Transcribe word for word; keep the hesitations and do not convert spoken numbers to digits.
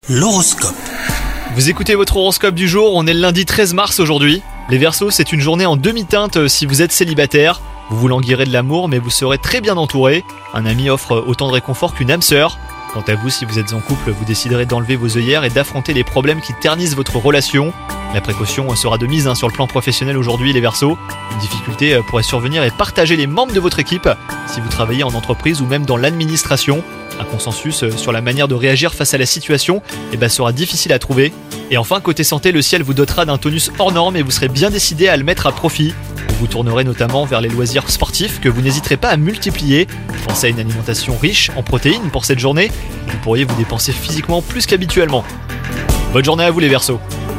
L'horoscope. Vous écoutez votre horoscope du jour, on est le lundi treize mars aujourd'hui. Les Verseaux, c'est une journée en demi-teinte si vous êtes célibataire. Vous vous languirez de l'amour, mais vous serez très bien entouré. Un ami offre autant de réconfort qu'une âme sœur. Quant à vous, si vous êtes en couple, vous déciderez d'enlever vos œillères et d'affronter les problèmes qui ternissent votre relation. La précaution sera de mise hein, sur le plan professionnel aujourd'hui, les Verseaux. Une difficulté pourrait survenir et partager les membres de votre équipe si vous travaillez en entreprise ou même dans l'administration. Un consensus sur la manière de réagir face à la situation eh ben, sera difficile à trouver. Et enfin, côté santé, le ciel vous dotera d'un tonus hors norme et vous serez bien décidé à le mettre à profit. Vous vous tournerez notamment vers les loisirs sportifs que vous n'hésiterez pas à multiplier. Pensez à une alimentation riche en protéines pour cette journée. Vous pourriez vous dépenser physiquement plus qu'habituellement. Bonne journée à vous les Verseaux.